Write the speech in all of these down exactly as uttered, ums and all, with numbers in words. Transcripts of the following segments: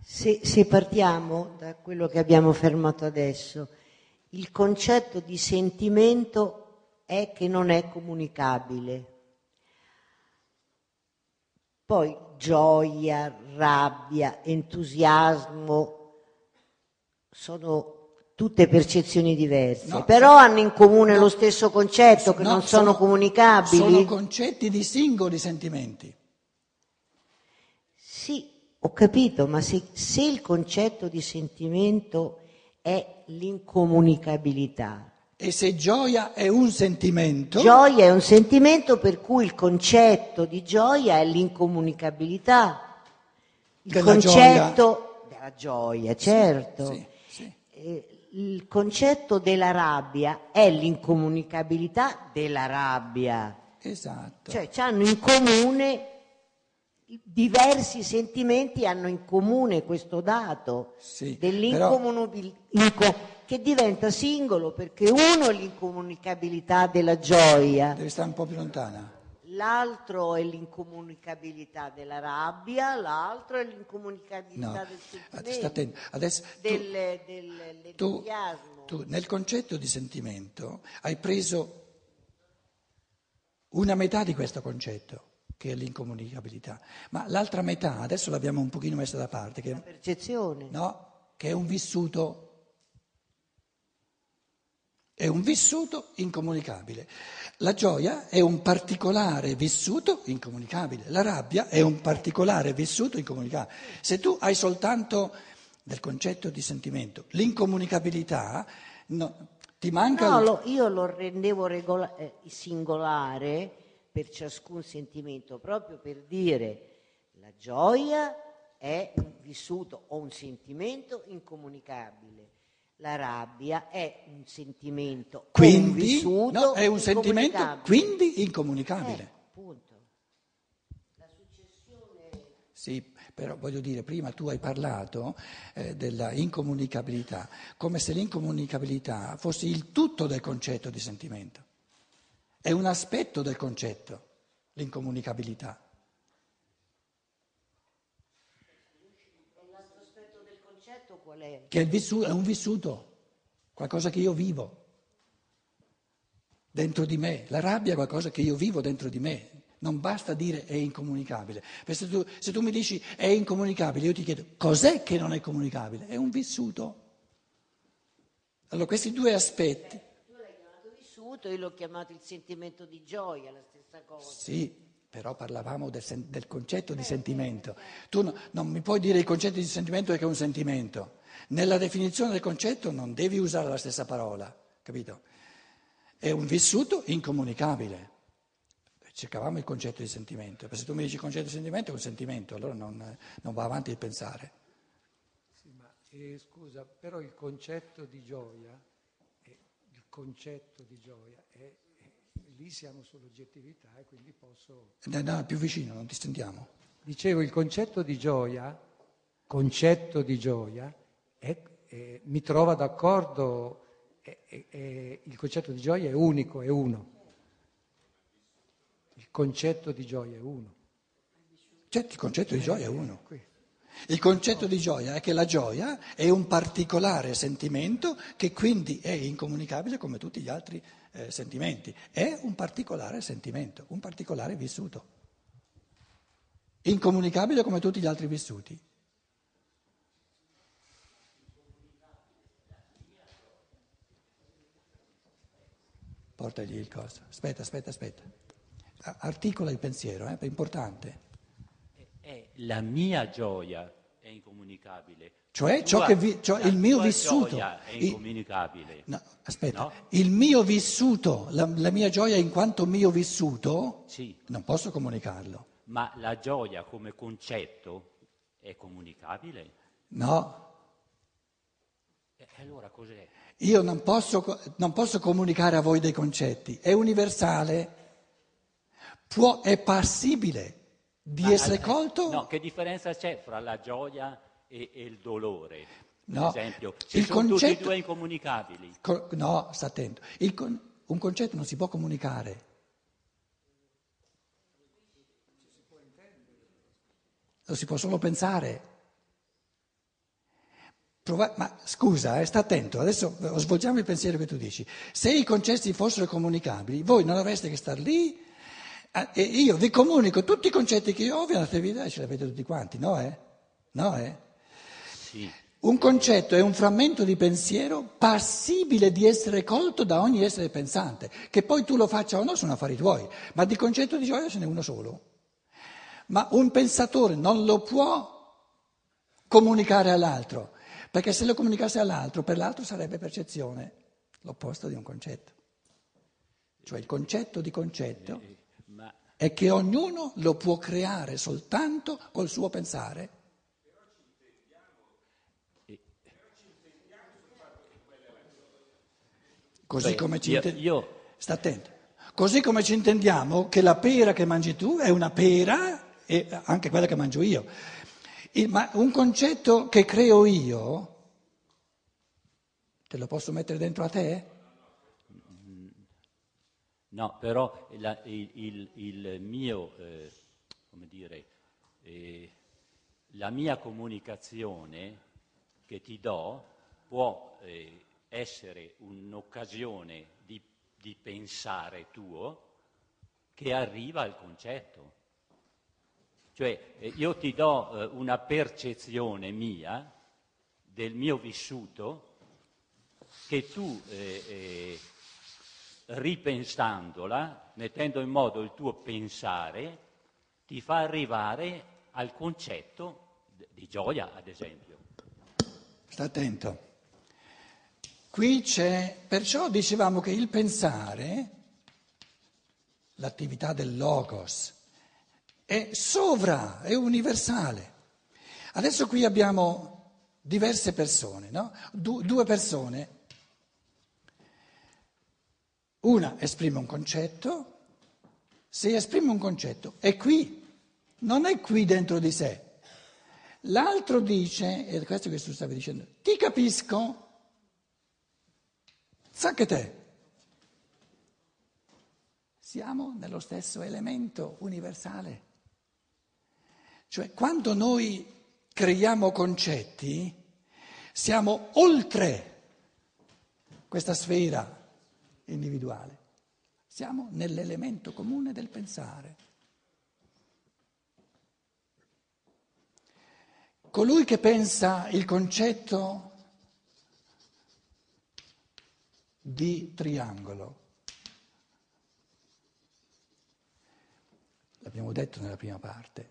Se, se partiamo da quello che abbiamo fermato adesso, il concetto di sentimento è che non è comunicabile. Poi gioia, rabbia, entusiasmo sono tutte percezioni diverse, No, però so- hanno in comune no, lo stesso concetto, che no, non sono, comunicabili. Sono concetti di singoli sentimenti. Sì, ho capito, ma se, se il concetto di sentimento è l'incomunicabilità, E se gioia è un sentimento, gioia è un sentimento per cui il concetto di gioia è l'incomunicabilità. Il Della concetto della gioia, certo. sì, sì. Eh, Il concetto della rabbia è l'incomunicabilità della rabbia. Esatto. Cioè, hanno in comune, diversi sentimenti hanno in comune questo dato Sì, dell'incomunicabilità, che diventa singolo perché uno è l'incomunicabilità della gioia, devi stare un po' più lontana. l'altro è l'incomunicabilità della rabbia, l'altro è l'incomunicabilità No, del sta sentimento, attento. Adesso tu, del, del, tu, dell'entusiasmo. tu nel concetto di sentimento hai preso una metà di questo concetto, che è l'incomunicabilità, ma l'altra metà, adesso l'abbiamo un pochino messa da parte, che, La percezione. no, che è un vissuto, è un vissuto incomunicabile. La gioia è un particolare vissuto incomunicabile, la rabbia è un particolare vissuto incomunicabile. Se tu hai soltanto del concetto di sentimento l'incomunicabilità, no, ti manca... No, il- lo- io lo rendevo regola- eh, singolare per ciascun sentimento, proprio per dire la gioia è un vissuto o un sentimento incomunicabile, la rabbia è un sentimento o un Quindi, vissuto no, è un sentimento, incomunicabile. quindi Eh, incomunicabile. appunto. La successione. Sì, però voglio dire, prima tu hai parlato eh, della incomunicabilità, come se l'incomunicabilità fosse il tutto del concetto di sentimento. È un aspetto del concetto, l'incomunicabilità. E l'altro aspetto del concetto qual è? Che è, il vissu- è un vissuto, qualcosa che io vivo dentro di me. La rabbia è qualcosa che io vivo dentro di me. Non basta dire è incomunicabile. Perché se tu, se tu mi dici è incomunicabile, io ti chiedo cos'è che non è comunicabile? È un vissuto. Allora questi due aspetti, Tu l'hai chiamato vissuto, io l'ho chiamato il sentimento di gioia, la stessa cosa. sì, però parlavamo del, sen- del concetto di sentimento. Tu no- non mi puoi dire il concetto di sentimento è che è un sentimento. Nella definizione del concetto non devi usare la stessa parola, capito? È un vissuto incomunicabile. Cercavamo il concetto di sentimento, perché se tu mi dici il concetto di sentimento è un sentimento, allora non, non va avanti il pensare. Sì, ma eh, scusa, però il concetto di gioia, eh, il concetto di gioia, è, è- lì siamo sull'oggettività e quindi posso... No, no, più vicino, non ti sentiamo. Dicevo, il concetto di gioia, concetto di gioia, è- è- mi trova d'accordo, è- è- è- il concetto di gioia è unico, è uno. Il concetto di gioia è uno. Certo, il concetto di gioia è Eh, uno. qui. Il concetto di gioia è che la gioia è un particolare sentimento che quindi è incomunicabile come tutti gli altri eh, sentimenti. È un particolare sentimento, un particolare vissuto. Incomunicabile come tutti gli altri vissuti. Portagli il coso. Aspetta, aspetta, aspetta. A- Articola il pensiero, eh, è importante. È la mia gioia è incomunicabile. Cioè, La ciò tua- che vi- cioè, la il mio tua vissuto. gioia è I- incomunicabile. No, aspetta, No? il mio vissuto, la, la mia gioia in quanto mio vissuto, Sì, non posso comunicarlo. ma la gioia come concetto è comunicabile? No, E allora cos'è? io non posso, co- non posso comunicare a voi dei concetti, è universale, può, è passibile di Ma, essere eh, colto. No, che differenza c'è fra la gioia e, e il dolore? Per No, esempio, se il sono tutti e concetto- due incomunicabili. Co- no, sta attento, Il con- un concetto non si può comunicare. Lo si può solo pensare. Prova- ma scusa, eh, sta attento, adesso svolgiamo il pensiero che tu dici. Se i concetti fossero comunicabili, voi non avreste che star lì eh, e io vi comunico tutti i concetti che io ho, vi andate via e ce li avete tutti quanti, no eh? No eh? Sì. Un concetto è un frammento di pensiero passibile di essere colto da ogni essere pensante, che poi tu lo faccia o no sono affari tuoi, ma di concetto di gioia ce n'è uno solo. Ma un pensatore non lo può comunicare all'altro, perché se lo comunicasse all'altro, per l'altro sarebbe percezione, l'opposto di un concetto. Cioè il concetto di concetto Ma è che ognuno lo può creare soltanto col suo pensare. Così Beh, come ci io- inte- io- sta attento. Così come ci intendiamo che la pera che mangi tu è una pera e anche quella che mangio io. Il- ma un concetto che creo io, te lo posso mettere dentro a te? no, però la- il, il- il mio, eh, come dire, eh, la mia comunicazione che ti do può eh, essere un'occasione di, di pensare tuo che arriva al concetto. Cioè eh, io ti do eh, una percezione mia del mio vissuto che tu, eh, eh, ripensandola, mettendo in modo il tuo pensare, ti fa arrivare al concetto d- di gioia, ad esempio. Sta attento. Qui c'è, perciò dicevamo che il pensare, l'attività del logos, è sovra, è universale. Adesso qui abbiamo diverse persone, no? Du- due persone. Una esprime un concetto, se esprime un concetto è qui, non è qui dentro di sé. L'altro dice, e questo che tu stavi dicendo, ti capisco, sa che te. Siamo nello stesso elemento universale. Cioè, quando noi creiamo concetti, siamo oltre questa sfera individuale. Siamo nell'elemento comune del pensare. Colui che pensa il concetto di triangolo, l'abbiamo detto nella prima parte,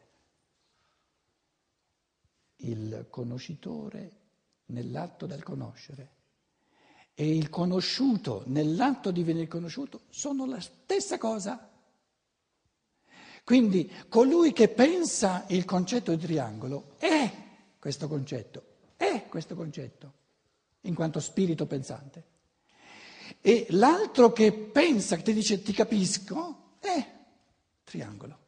il conoscitore nell'atto del conoscere e il conosciuto nell'atto di venire conosciuto sono la stessa cosa. Quindi colui che pensa il concetto di triangolo è questo concetto, è questo concetto, in quanto spirito pensante. E l'altro che pensa, che ti dice ti capisco, è triangolo.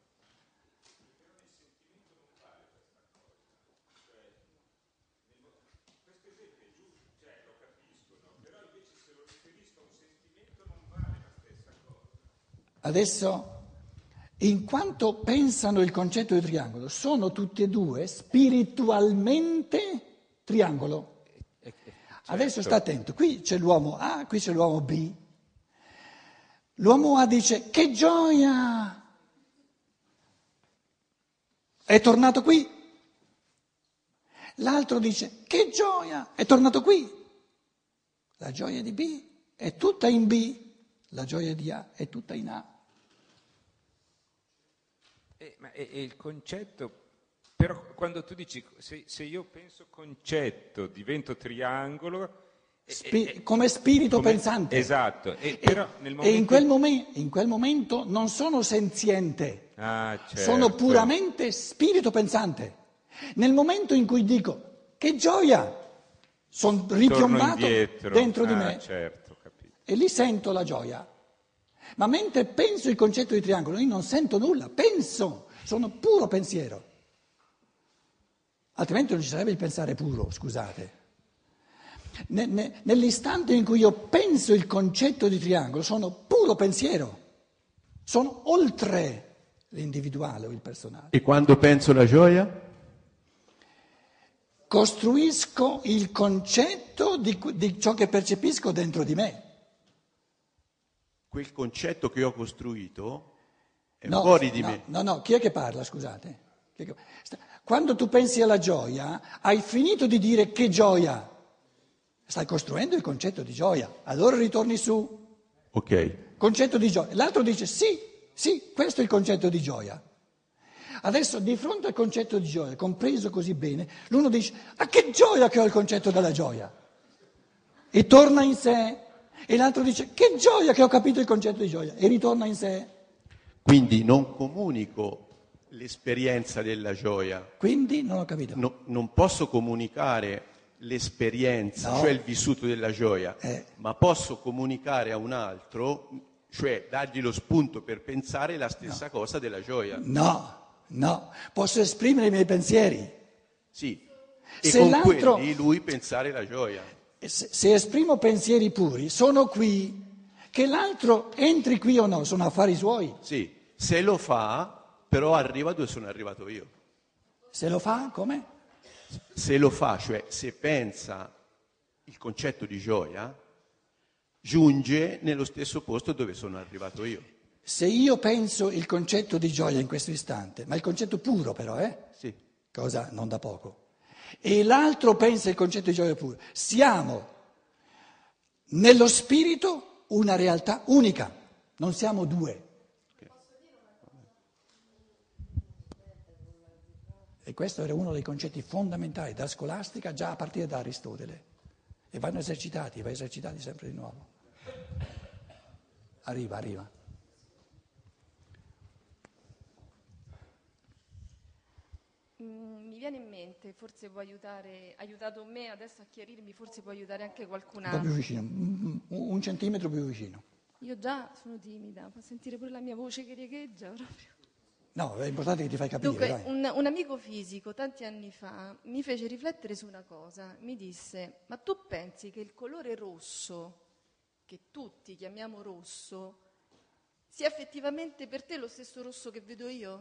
Adesso, in quanto pensano il concetto di triangolo, sono tutti e due spiritualmente triangolo. Adesso sta attento, qui c'è l'uomo A, qui c'è l'uomo B. L'uomo A dice, che gioia! È tornato qui. L'altro dice, che gioia! È tornato qui. La gioia di B è tutta in B, la gioia di A è tutta in A. Eh, ma è, è il concetto, però quando tu dici se, se io penso concetto divento triangolo, Spi- eh, eh, come spirito come- pensante. esatto, e, E, però nel e momento in, quel momen- in quel momento non sono senziente, Ah, certo. sono puramente spirito pensante. Nel momento in cui dico che gioia, sono torno ripiombato indietro. dentro di Ah, me certo, capito. e lì sento la gioia. Ma mentre penso il concetto di triangolo, io non sento nulla, penso, sono puro pensiero. Altrimenti non ci sarebbe il pensare puro, scusate. Ne- ne- nell'istante in cui io penso il concetto di triangolo, sono puro pensiero, sono oltre l'individuale o il personale. E quando penso la gioia? costruisco il concetto di, di ciò che percepisco dentro di me. Quel concetto che ho costruito è No, fuori di no, me. No, no, chi è che parla, scusate? Chi è che- sta- Quando tu pensi alla gioia, hai finito di dire che gioia. Stai costruendo il concetto di gioia. Allora ritorni su, Ok. concetto di gioia. L'altro dice sì, sì, questo è il concetto di gioia. Adesso di fronte al concetto di gioia, compreso così bene, l'uno dice, ah che gioia che ho il concetto della gioia. E torna in sé. E l'altro dice, che gioia che ho capito il concetto di gioia. E ritorna in sé. Quindi non comunico l'esperienza della gioia. Quindi non ho capito. No- non posso comunicare l'esperienza, No. cioè il vissuto della gioia, Eh. ma posso comunicare a un altro, cioè dargli lo spunto per pensare la stessa cosa della gioia. No, no, posso esprimere i miei pensieri. Sì. E Se con l'altro- quelli lui pensare la gioia. E Se, se esprimo pensieri puri, sono qui. Che l'altro entri qui o no, sono affari suoi. Sì. Se lo fa, però arriva dove sono arrivato io. Se lo fa, come? Se lo fa, cioè se pensa il concetto di gioia, giunge nello stesso posto dove sono arrivato io. Se io penso il concetto di gioia in questo istante, ma il concetto puro però, eh? Sì. Cosa non da poco. E l'altro pensa il concetto di gioia puro. Siamo nello spirito una realtà unica, non siamo due. E questo era uno dei concetti fondamentali della scolastica già a partire da Aristotele. E vanno esercitati, va esercitati sempre di nuovo. Arriva, arriva. Mm, mi viene in mente, forse può aiutare, ha aiutato me adesso a chiarirmi, forse può aiutare anche qualcun Un po' più altro. vicino, un un centimetro più vicino. Io già sono timida, fa sentire pure la mia voce che riecheggia proprio. No, è importante che ti fai capire, Dunque, dai. un, un amico fisico tanti anni fa mi fece riflettere su una cosa, mi disse, ma tu pensi che il colore rosso, che tutti chiamiamo rosso, sia effettivamente per te lo stesso rosso che vedo io?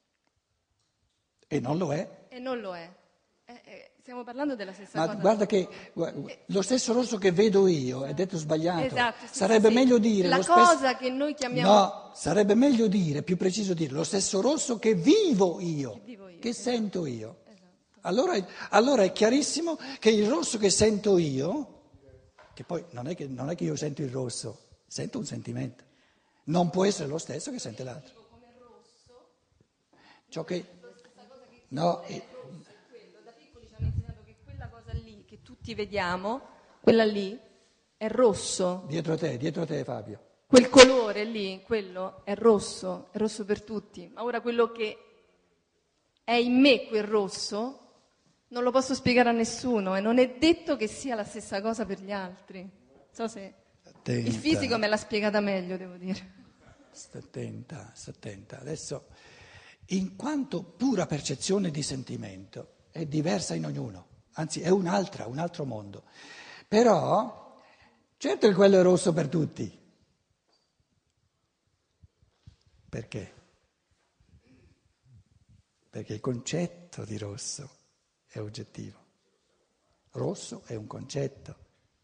E non lo è. E non lo è. Eh, eh, stiamo parlando della stessa Ma cosa. guarda che guarda, lo stesso rosso che vedo io, è detto sbagliato. Esatto, sì, sarebbe sì, sì. meglio dire La lo stesso- cosa che noi chiamiamo- No, sarebbe meglio dire, più preciso dire, lo stesso rosso che vivo io, Che vivo io, che esatto. sento io. Esatto. Allora, è- allora è chiarissimo che il rosso che sento io, che poi non è che, non è che io sento il rosso, sento un sentimento, non può essere lo stesso che sente l'altro. Ciò che... No, eh, Quello, da piccoli ci hanno insegnato che quella cosa lì che tutti vediamo, quella lì, è rosso. dietro a te, dietro a te Fabio. Quel colore lì, quello è rosso, è rosso per tutti. Ma ora quello che è in me, quel rosso, non lo posso spiegare a nessuno e non è detto che sia la stessa cosa per gli altri. Non so se Attenta. il fisico me l'ha spiegata meglio, devo dire. Sta attenta, sta attenta. Adesso, in quanto pura percezione di sentimento, è diversa in ognuno, anzi è un'altra, un altro mondo. Però, certo che quello è rosso per tutti. Perché? Perché il concetto di rosso è oggettivo. Rosso è un concetto.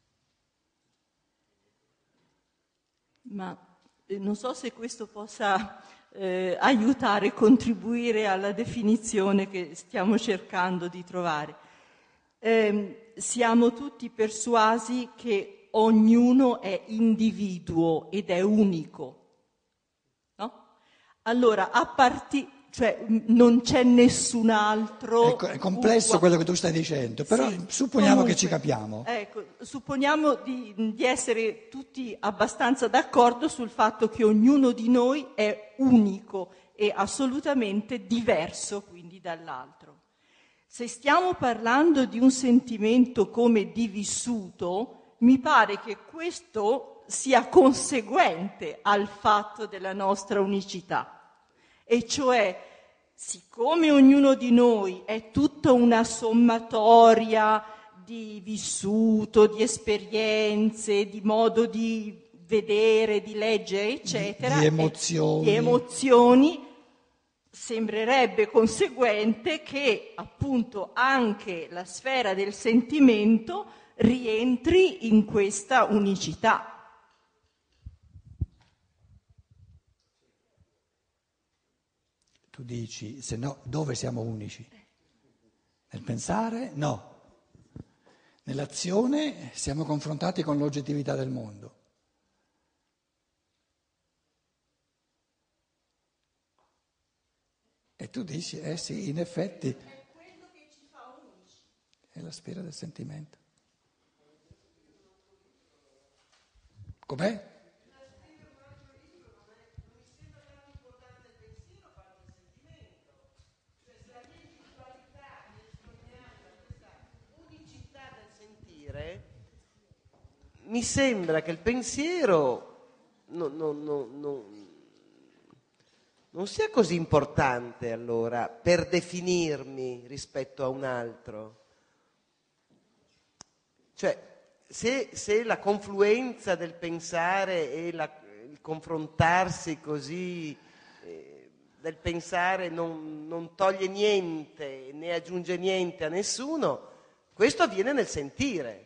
Ma eh, non so se questo possa eh, aiutare, contribuire alla definizione che stiamo cercando di trovare. Eh, siamo tutti persuasi che ognuno è individuo ed è unico, no? Allora, a partire, cioè m- non c'è nessun altro. Ecco, è complesso ugua- quello che tu stai dicendo, però Sì, supponiamo comunque, che ci capiamo. Ecco, supponiamo di, di essere tutti abbastanza d'accordo sul fatto che ognuno di noi è unico e assolutamente diverso quindi dall'altro. Se stiamo parlando di un sentimento come di vissuto, mi pare che questo sia conseguente al fatto della nostra unicità. E cioè, siccome ognuno di noi è tutta una sommatoria di vissuto, di esperienze, di modo di vedere, di leggere, eccetera, di e- emozioni. di emozioni, sembrerebbe conseguente che appunto anche la sfera del sentimento rientri in questa unicità. Tu dici, se no, dove siamo unici? Nel pensare? No. Nell'azione siamo confrontati con l'oggettività del mondo. E tu dici, eh sì, in effetti, È quello che ci fa unici. è la sfera del sentimento. Com'è? Mi sembra che il pensiero non, non, non, non, non sia così importante allora per definirmi rispetto a un altro. Cioè, se, se la confluenza del pensare e la, il confrontarsi così eh, del pensare non, non toglie niente né aggiunge niente a nessuno, questo avviene nel sentire.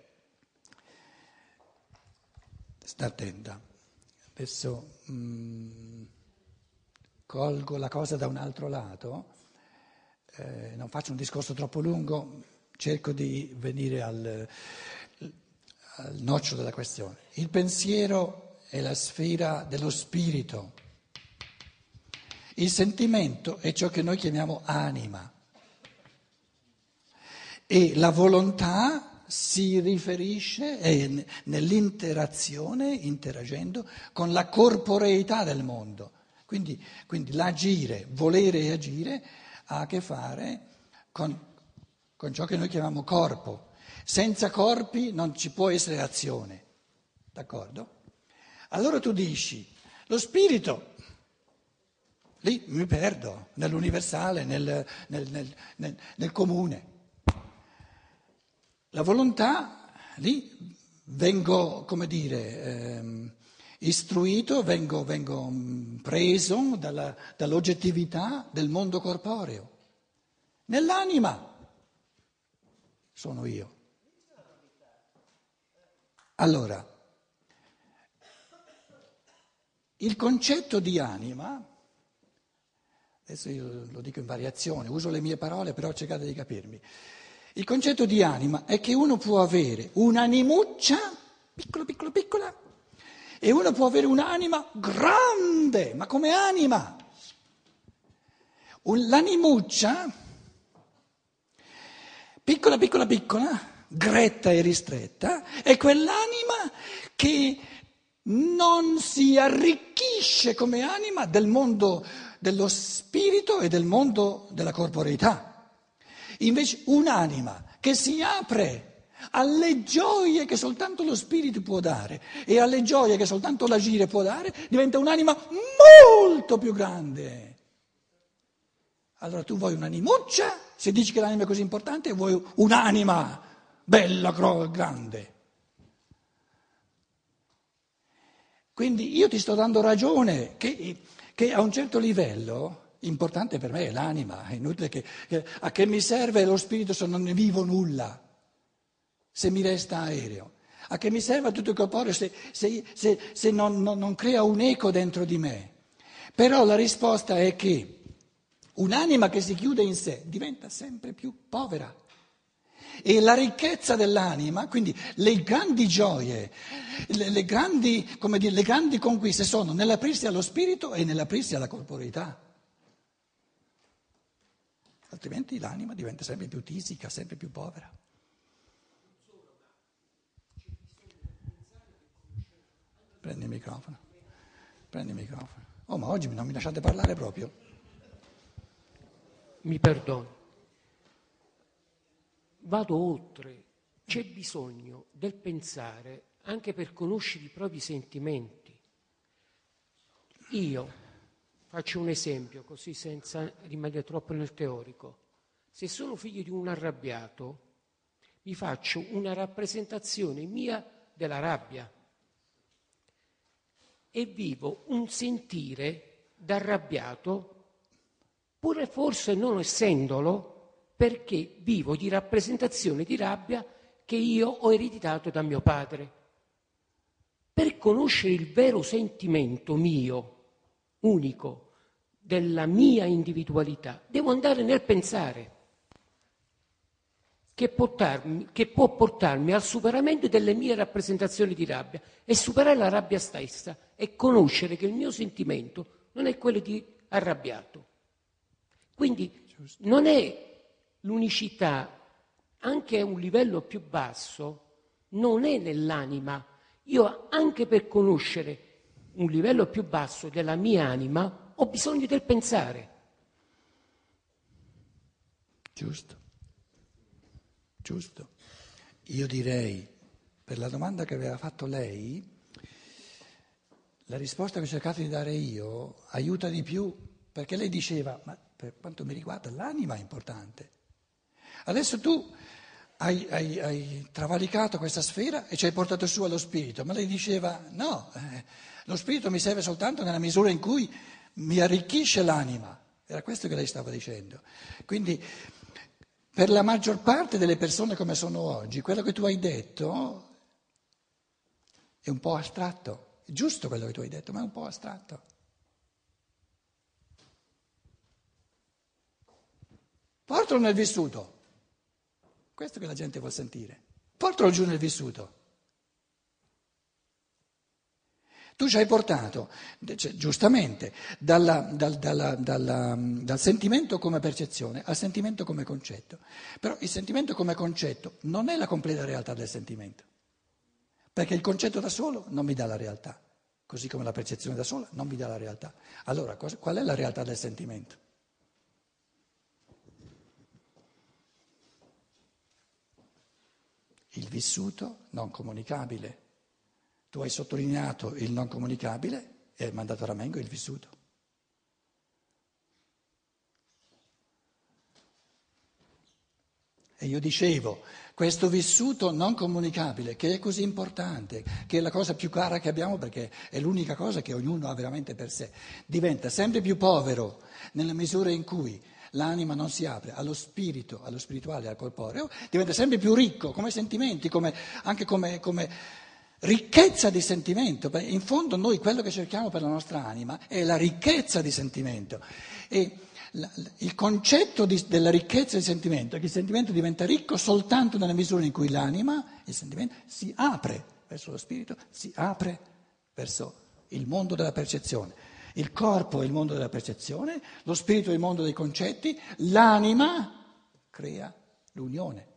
Sta attenta. Adesso mh, colgo la cosa da un altro lato, eh, non faccio un discorso troppo lungo, cerco di venire al, al nocciolo della questione. Il pensiero è la sfera dello spirito, il sentimento è ciò che noi chiamiamo anima e la volontà si riferisce eh, nell'interazione, interagendo con la corporeità del mondo. Quindi, quindi l'agire, volere e agire ha a che fare con, con ciò che noi chiamiamo corpo. Senza corpi non ci può essere azione, d'accordo? Allora tu dici, lo spirito, lì mi perdo, nell'universale, nel, nel, nel, nel, nel comune. La volontà, lì vengo, come dire, ehm, istruito, vengo, vengo preso dalla, dall'oggettività del mondo corporeo. Nell'anima sono io. Allora, il concetto di anima, adesso io lo dico in variazione, uso le mie parole, però cercate di capirmi. Il concetto di anima è che uno può avere un'animuccia, piccola, piccola, piccola, e uno può avere un'anima grande, ma come anima? L'animuccia, piccola, piccola, piccola, gretta e ristretta, è quell'anima che non si arricchisce come anima del mondo dello spirito e del mondo della corporeità. Invece un'anima che si apre alle gioie che soltanto lo spirito può dare e alle gioie che soltanto l'agire può dare, diventa un'anima molto più grande. Allora tu vuoi un'animuccia, se dici che l'anima è così importante, vuoi un'anima bella, grande. Quindi io ti sto dando ragione che, che a un certo livello importante per me è l'anima, è inutile che, che a che mi serve lo spirito se non ne vivo nulla, se mi resta aereo, a che mi serve tutto il corporeo se, se, se, se non, non, non crea un eco dentro di me. Però la risposta è che un'anima che si chiude in sé diventa sempre più povera. E la ricchezza dell'anima, quindi le grandi gioie, le, le, grandi, come dire, le grandi conquiste sono nell'aprirsi allo spirito e nell'aprirsi alla corporeità. Altrimenti l'anima diventa sempre più tisica, sempre più povera. Prendi il microfono, prendi il microfono. Oh, ma oggi non mi lasciate parlare proprio. Mi perdono. Vado oltre. C'è bisogno del pensare anche per conoscere i propri sentimenti. Io faccio un esempio, così senza rimanere troppo nel teorico. Se sono figlio di un arrabbiato, mi faccio una rappresentazione mia della rabbia e vivo un sentire d'arrabbiato pure forse non essendolo, perché vivo di rappresentazione di rabbia che io ho ereditato da mio padre. Per conoscere il vero sentimento mio, unico, della mia individualità, devo andare nel pensare, che, portarmi, che può portarmi al superamento delle mie rappresentazioni di rabbia e superare la rabbia stessa e conoscere che il mio sentimento non è quello di arrabbiato. Quindi non è l'unicità, anche a un livello più basso, non è nell'anima. Io anche per conoscere un livello più basso della mia anima ho bisogno del pensare. Giusto, giusto. Io direi, per la domanda che aveva fatto lei, la risposta che ho cercato di dare io aiuta di più, perché lei diceva, ma per quanto mi riguarda l'anima è importante. Adesso tu hai, hai, hai travalicato questa sfera e ci hai portato su allo spirito, ma lei diceva no, eh, lo spirito mi serve soltanto nella misura in cui mi arricchisce l'anima. Era questo che lei stava dicendo. Quindi per la maggior parte delle persone come sono oggi, quello che tu hai detto è un po' astratto. È giusto quello che tu hai detto, ma è un po' astratto. Portalo nel vissuto. Questo che la gente vuol sentire. Portalo giù nel vissuto. Tu ci hai portato, cioè, giustamente, dalla, dal, dalla, dalla, dal sentimento come percezione al sentimento come concetto. Però il sentimento come concetto non è la completa realtà del sentimento, perché il concetto da solo non mi dà la realtà, così come la percezione da sola non mi dà la realtà. Allora, cosa, qual è la realtà del sentimento? Il vissuto non comunicabile. Tu hai sottolineato il non comunicabile e hai mandato a ramengo il vissuto. E io dicevo, questo vissuto non comunicabile, che è così importante, che è la cosa più cara che abbiamo perché è l'unica cosa che ognuno ha veramente per sé, diventa sempre più povero nella misura in cui l'anima non si apre allo spirito, allo spirituale, al corporeo, diventa sempre più ricco come sentimenti, come, anche come, come ricchezza di sentimento. Beh, in fondo noi quello che cerchiamo per la nostra anima è la ricchezza di sentimento. E la, il concetto di, della ricchezza di sentimento è che il sentimento diventa ricco soltanto nella misura in cui l'anima, il sentimento, si apre verso lo spirito, si apre verso il mondo della percezione. Il corpo è il mondo della percezione, lo spirito è il mondo dei concetti, l'anima crea l'unione.